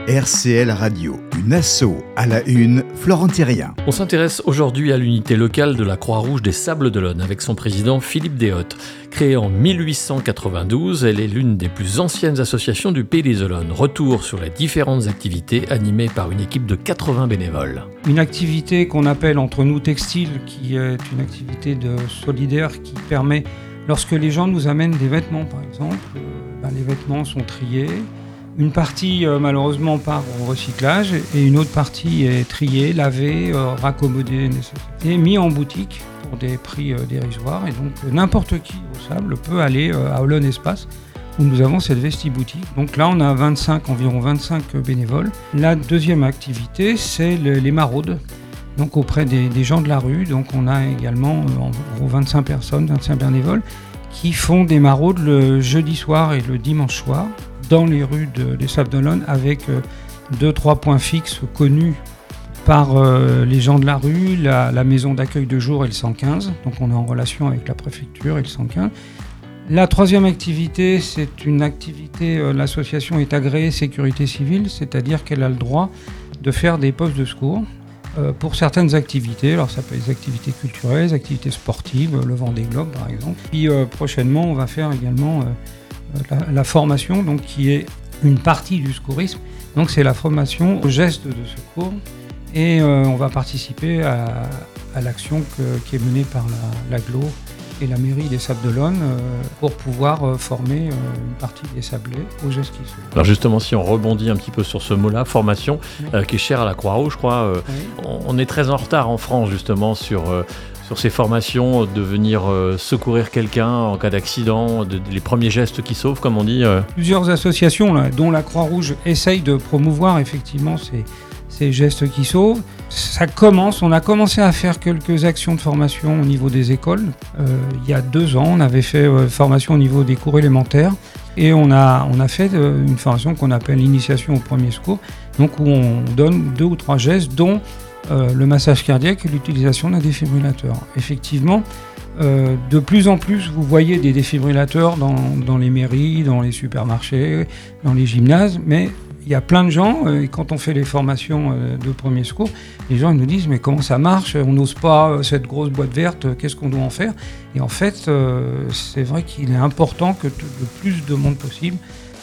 RCL Radio, une asso à la une, Florent Thérien. On s'intéresse aujourd'hui à l'unité locale de la Croix-Rouge des Sables-d'Olonne avec son président Philippe Deshottes. Créée en 1892, elle est l'une des plus anciennes associations du Pays des Olonnes. Retour sur les différentes activités animées par une équipe de 80 bénévoles. Une activité qu'on appelle entre nous textile, qui est une activité solidaire qui permet, lorsque les gens nous amènent des vêtements par exemple, les vêtements sont triés. Une partie malheureusement part au recyclage et une autre partie est triée, lavée, raccommodée et mis en boutique pour des prix dérisoires. Et donc n'importe qui au Sable peut aller à Olonne Espace où nous avons cette vestiboutique. Donc là on a environ 25 bénévoles. La deuxième activité c'est les maraudes. Donc auprès des gens de la rue. Donc on a également en gros 25 bénévoles qui font des maraudes le jeudi soir et le dimanche soir dans les rues des Sables-d'Olonne avec 2-3 points fixes connus par les gens de la rue, la maison d'accueil de jour et le 115. Donc on est en relation avec la préfecture et le 115. La troisième activité, c'est une activité, l'association est agréée sécurité civile, c'est-à-dire qu'elle a le droit de faire des postes de secours pour certaines activités. Alors ça peut être des activités culturelles, des activités sportives, le Vendée Globe par exemple. Puis prochainement, on va faire également la formation, donc, qui est une partie du secourisme. Donc c'est la formation aux gestes de secours et on va participer à l'action qui est menée par l'AGLO et la mairie des Sables-d'Olonne pour pouvoir former une partie des Sablés aux gestes qui sauvent. Alors justement, si on rebondit un petit peu sur ce mot-là, formation, qui est cher à la Croix-Rouge, je crois, on est très en retard en France justement sur ces formations, de venir secourir quelqu'un en cas d'accident, les premiers gestes qui sauvent, comme on dit. Plusieurs associations, dont la Croix-Rouge, essayent de promouvoir effectivement ces gestes qui sauvent. On a commencé à faire quelques actions de formation au niveau des écoles. Il y a 2 ans, on avait fait formation au niveau des cours élémentaires et on a fait une formation qu'on appelle l'initiation au premier secours, donc où on donne 2 ou 3 gestes, dont le massage cardiaque et l'utilisation d'un défibrillateur. Effectivement, de plus en plus, vous voyez des défibrillateurs dans les mairies, dans les supermarchés, dans les gymnases, mais il y a plein de gens, et quand on fait les formations de premier secours, les gens ils nous disent « mais comment ça marche ? On n'ose pas cette grosse boîte verte, qu'est-ce qu'on doit en faire ?» Et en fait, c'est vrai qu'il est important que le plus de monde possible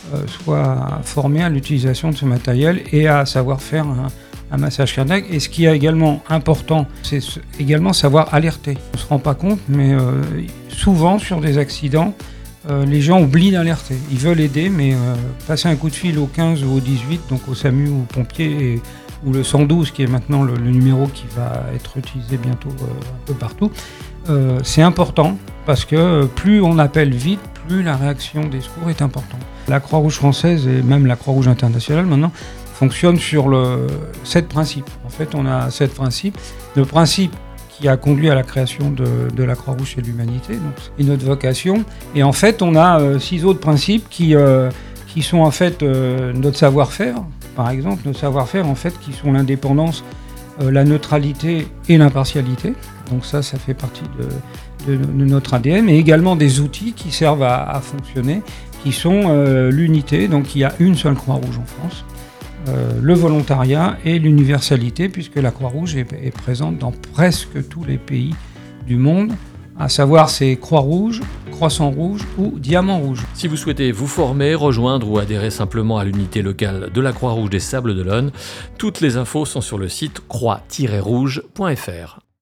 soit formé à l'utilisation de ce matériel et à savoir faire un massage cardiaque. Et ce qui est également important, c'est également savoir alerter. On ne se rend pas compte, mais souvent sur des accidents, les gens oublient d'alerter. Ils veulent aider, mais passer un coup de fil au 15 ou au 18, donc au SAMU ou aux pompiers, ou le 112, qui est maintenant le numéro qui va être utilisé bientôt un peu partout, c'est important, parce que plus on appelle vite, plus la réaction des secours est importante. La Croix-Rouge française, et même la Croix-Rouge internationale maintenant, fonctionne sur 7 principes. En fait, on a 7 principes. Le principe qui a conduit à la création de la Croix-Rouge et de l'humanité, donc c'est notre vocation. Et en fait, on a 6 autres principes qui sont en fait notre savoir-faire, par exemple, notre savoir-faire en fait, qui sont l'indépendance, la neutralité et l'impartialité. Donc ça fait partie de notre ADN, mais également des outils qui servent à fonctionner, qui sont l'unité. Donc il y a une seule Croix-Rouge en France. Le volontariat et l'universalité, puisque la Croix-Rouge est présente dans presque tous les pays du monde, à savoir c'est Croix-Rouge, Croissant Rouge ou Diamant Rouge. Si vous souhaitez vous former, rejoindre ou adhérer simplement à l'unité locale de la Croix-Rouge des Sables-d'Olonne, toutes les infos sont sur le site croix-rouge.fr.